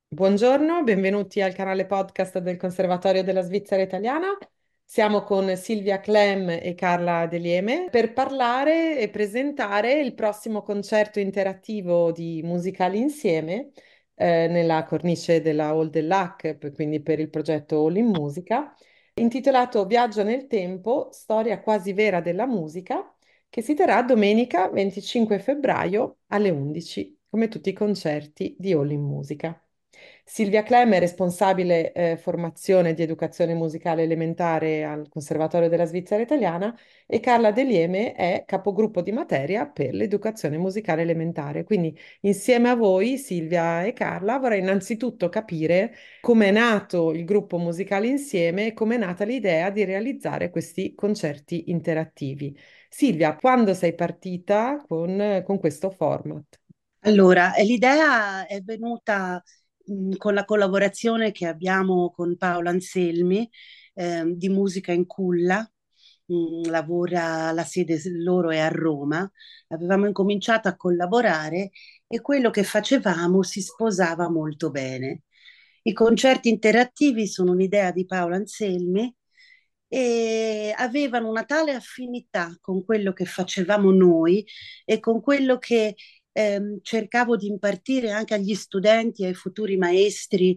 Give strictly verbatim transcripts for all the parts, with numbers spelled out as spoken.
Buongiorno, benvenuti al canale podcast del Conservatorio della Svizzera Italiana. Siamo con Silvia Clem e Carla Delieme per parlare e presentare il prossimo concerto interattivo di Musicali Insieme eh, nella cornice della Hall dell'A C, p- quindi per il progetto All in Musica, intitolato Viaggio nel tempo, storia quasi vera della musica, che si terrà domenica venticinque febbraio alle undici, come tutti i concerti di All in Musica. Silvia Clem è responsabile eh, formazione di educazione musicale elementare al Conservatorio della Svizzera Italiana e Carla Delieme è capogruppo di materia per l'educazione musicale elementare. Quindi insieme a voi, Silvia e Carla, vorrei innanzitutto capire come è nato il gruppo Musicale Insieme e come è nata l'idea di realizzare questi concerti interattivi. Silvia, quando sei partita con, con questo format? Allora, eh, l'idea è venuta mh, con la collaborazione che abbiamo con Paolo Anselmi, ehm, di Musica in Culla. Mh, lavora, la sede loro è a Roma. Avevamo incominciato a collaborare e quello che facevamo si sposava molto bene. I concerti interattivi sono un'idea di Paolo Anselmi e avevano una tale affinità con quello che facevamo noi e con quello che ehm, cercavo di impartire anche agli studenti e ai futuri maestri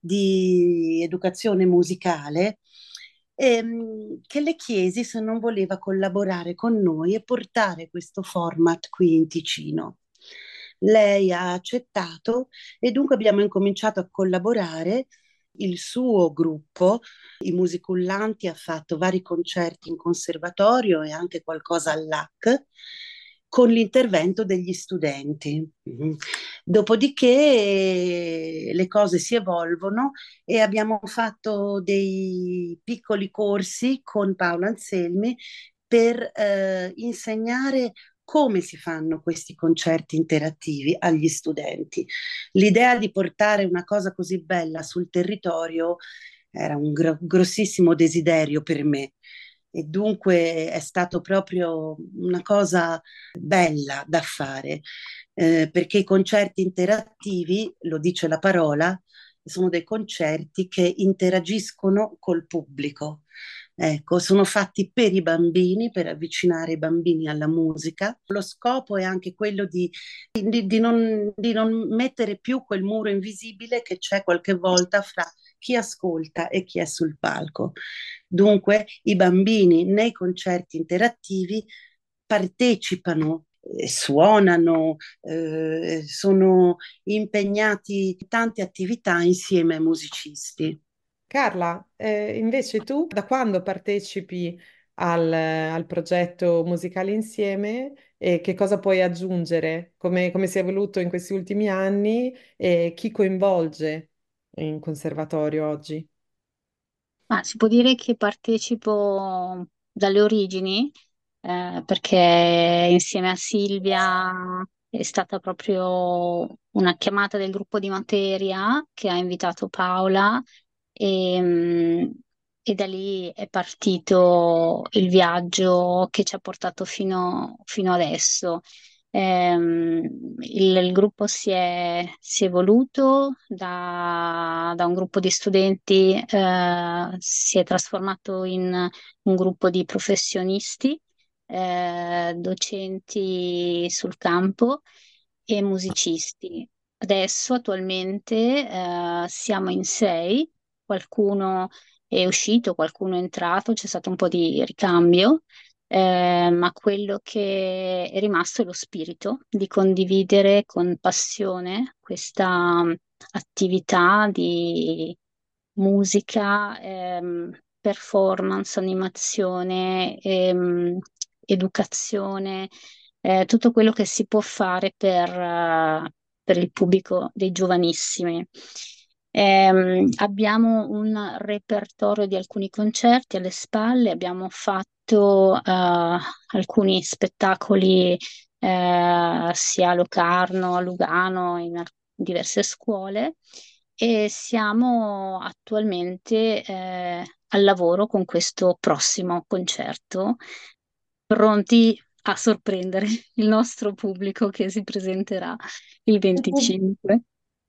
di educazione musicale, ehm, che le chiesi se non voleva collaborare con noi e portare questo format qui in Ticino. Lei ha accettato e dunque abbiamo incominciato a collaborare. Il suo gruppo, i Musicullanti, ha fatto vari concerti in conservatorio e anche qualcosa all'A C con l'intervento degli studenti. Mhm. Dopodiché eh, le cose si evolvono e abbiamo fatto dei piccoli corsi con Paolo Anselmi per eh, insegnare come si fanno questi concerti interattivi agli studenti. L'idea di portare una cosa così bella sul territorio era un gro- grossissimo desiderio per me e dunque è stato proprio una cosa bella da fare, eh, perché i concerti interattivi, lo dice la parola, sono dei concerti che interagiscono col pubblico. Ecco, sono fatti per i bambini, per avvicinare i bambini alla musica. Lo scopo è anche quello di, di- di non, di non mettere più quel muro invisibile che c'è qualche volta fra chi ascolta e chi è sul palco. Dunque, i bambini nei concerti interattivi partecipano, eh, suonano, eh, sono impegnati in tante attività insieme ai musicisti. Carla, eh, invece tu da quando partecipi al, al progetto Musicali Insieme e che cosa puoi aggiungere? Come, come si è evoluto in questi ultimi anni e chi coinvolge in conservatorio oggi? Ma si può dire che partecipo dalle origini, eh, perché insieme a Silvia è stata proprio una chiamata del gruppo di materia che ha invitato Paola e, mm, e da lì è partito il viaggio che ci ha portato fino, fino adesso. Ehm, il, il gruppo si è, si è evoluto da, da un gruppo di studenti, eh, si è trasformato in un gruppo di professionisti, eh, docenti sul campo e musicisti. Adesso, attualmente, eh, siamo in sei, qualcuno è uscito, qualcuno è entrato, c'è stato un po' di ricambio, eh, ma quello che è rimasto è lo spirito di condividere con passione questa mh, attività di musica, ehm, performance, animazione, ehm, educazione, eh, tutto quello che si può fare per, eh, per il pubblico dei giovanissimi. Ehm, abbiamo un repertorio di alcuni concerti alle spalle, abbiamo fatto eh, alcuni spettacoli eh, sia a Locarno, a Lugano, in al- diverse scuole e siamo attualmente eh, al lavoro con questo prossimo concerto, pronti a sorprendere il nostro pubblico che si presenterà il Il pub- venticinque.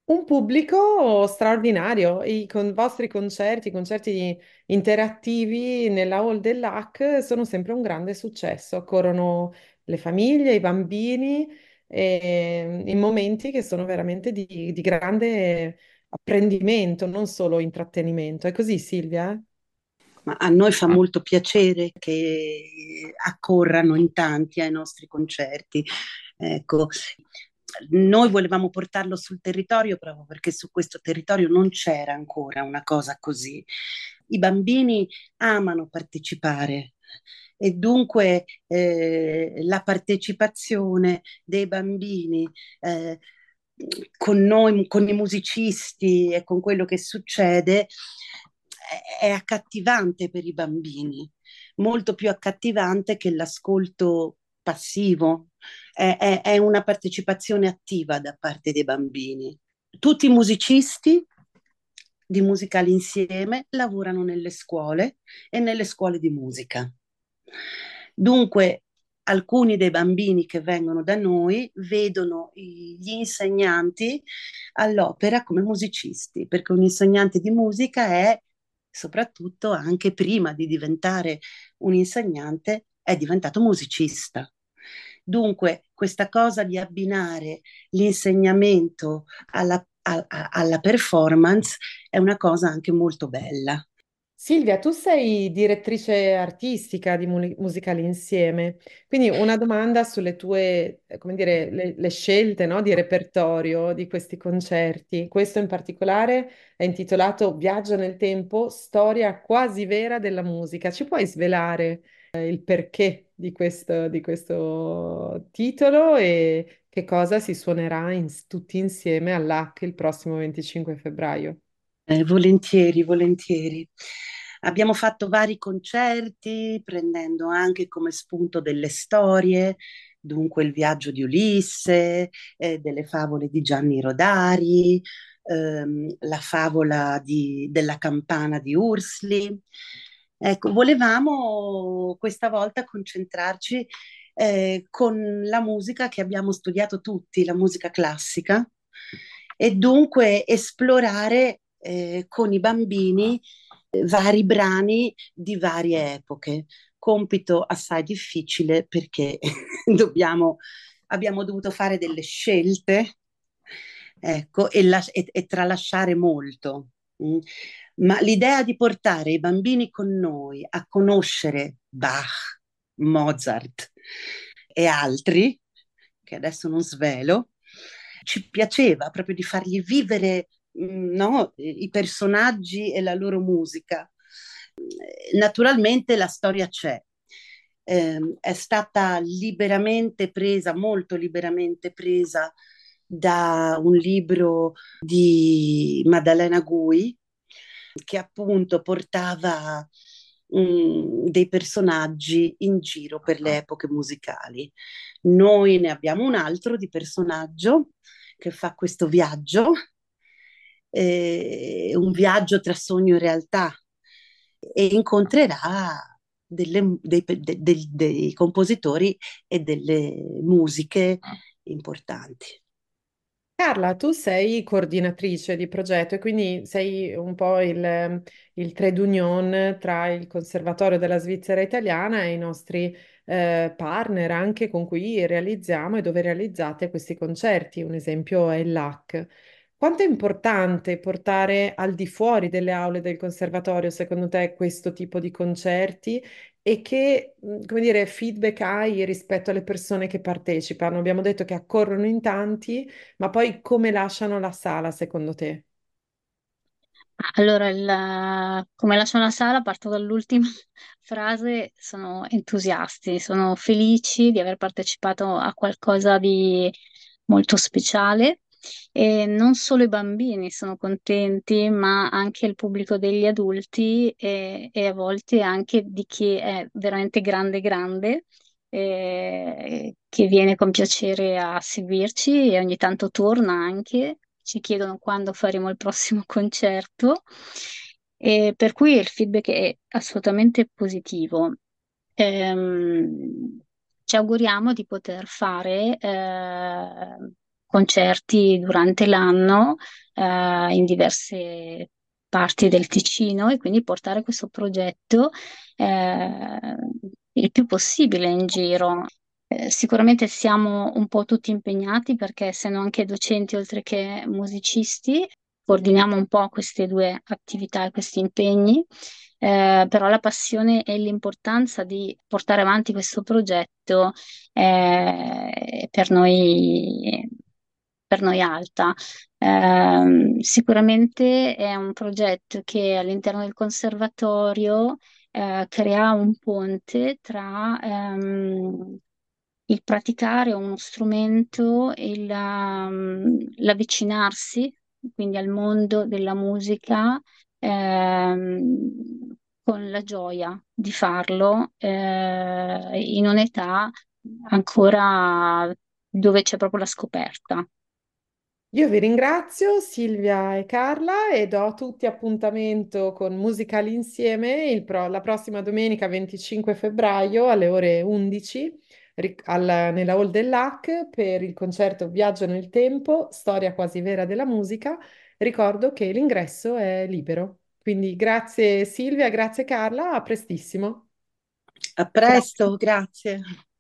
Un pubblico straordinario. I con- vostri concerti, i concerti interattivi nella hall dell'A C sono sempre un grande successo. Accorrono le famiglie, i bambini, e, in momenti che sono veramente di, di grande apprendimento, non solo intrattenimento. È così, Silvia? Ma a noi fa molto piacere che accorrano in tanti ai nostri concerti. Ecco, noi volevamo portarlo sul territorio proprio perché su questo territorio non c'era ancora una cosa così. I bambini amano partecipare e dunque eh, la partecipazione dei bambini eh, con noi, con i musicisti e con quello che succede è accattivante per i bambini, molto più accattivante che l'ascolto passivo, è, è, è una partecipazione attiva da parte dei bambini. Tutti i musicisti di Musicali Insieme lavorano nelle scuole e nelle scuole di musica. Dunque, alcuni dei bambini che vengono da noi vedono gli insegnanti all'opera come musicisti, perché un insegnante di musica è soprattutto anche prima di diventare un insegnante, è diventato musicista. Dunque, questa cosa di abbinare l'insegnamento alla, a, a, alla performance è una cosa anche molto bella. Silvia, tu sei direttrice artistica di Muli- Musicali Insieme, quindi una domanda sulle tue, eh, come dire, le, le scelte, no, di repertorio di questi concerti. Questo in particolare è intitolato Viaggio nel tempo, storia quasi vera della musica. Ci puoi svelare, eh, il perché di questo, di questo titolo e che cosa si suonerà in- tutti insieme all'A C il prossimo venticinque febbraio? Eh, volentieri, volentieri. Abbiamo fatto vari concerti, prendendo anche come spunto delle storie, dunque il viaggio di Ulisse, eh, delle favole di Gianni Rodari, ehm, la favola di- della campana di Ursli. Ecco, volevamo questa volta concentrarci eh, con la musica che abbiamo studiato tutti, la musica classica, e dunque esplorare eh, con i bambini eh, vari brani di varie epoche. Compito assai difficile perché dobbiamo, abbiamo dovuto fare delle scelte, ecco, e, la- e- e tralasciare molto. Mm. Ma l'idea di portare i bambini con noi a conoscere Bach, Mozart e altri, che adesso non svelo, ci piaceva proprio di fargli vivere mh, no, i personaggi e la loro musica. Naturalmente la storia c'è. Eh, è stata liberamente presa, molto liberamente presa da un libro di Maddalena Gui, che appunto portava mh, dei personaggi in giro per le epoche musicali. Noi ne abbiamo un altro di personaggio che fa questo viaggio, eh, un viaggio tra sogno e realtà, e incontrerà delle- dei, de- dei- dei compositori e delle musiche importanti. Carla, tu sei coordinatrice di progetto e quindi sei un po' il, il trade union tra il Conservatorio della Svizzera Italiana e i nostri eh, partner anche con cui realizziamo e dove realizzate questi concerti. Un esempio è l'A C. Quanto è importante portare al di fuori delle aule del Conservatorio, secondo te, questo tipo di concerti? E che, mh, come dire, feedback hai rispetto alle persone che partecipano? Abbiamo detto che accorrono in tanti, ma poi come lasciano la sala, secondo te? Allora, il- come lasciano la sala, parto dall'ultima frase, sono entusiasti, sono felici di aver partecipato a qualcosa di molto speciale e non solo i bambini sono contenti, ma anche il pubblico degli adulti e, e a volte anche di chi è veramente grande grande, eh, che viene con piacere a seguirci e ogni tanto torna anche ci chiedono quando faremo il prossimo concerto, e per cui il feedback è assolutamente positivo. Ehm, Ci auguriamo di poter fare eh, concerti durante l'anno eh, in diverse parti del Ticino e quindi portare questo progetto eh, il più possibile in giro. Eh, sicuramente siamo un po' tutti impegnati perché essendo anche docenti oltre che musicisti, coordiniamo un po' queste due attività e questi impegni, eh, però la passione e l'importanza di portare avanti questo progetto è per noi, per noi alta. Ehm, sicuramente è un progetto che all'interno del conservatorio eh, crea un ponte tra ehm, il praticare uno strumento e il, um, l'avvicinarsi quindi al mondo della musica ehm, con la gioia di farlo eh, in un'età ancora dove c'è proprio la scoperta. Io vi ringrazio Silvia e Carla e do a tutti appuntamento con Musicali Insieme il pro- la prossima domenica venticinque febbraio alle ore undici ric- al- nella Hall dell'A C per il concerto Viaggio nel tempo, storia quasi vera della musica. Ricordo che l'ingresso è libero. Quindi grazie Silvia, grazie Carla, a prestissimo. A presto, grazie.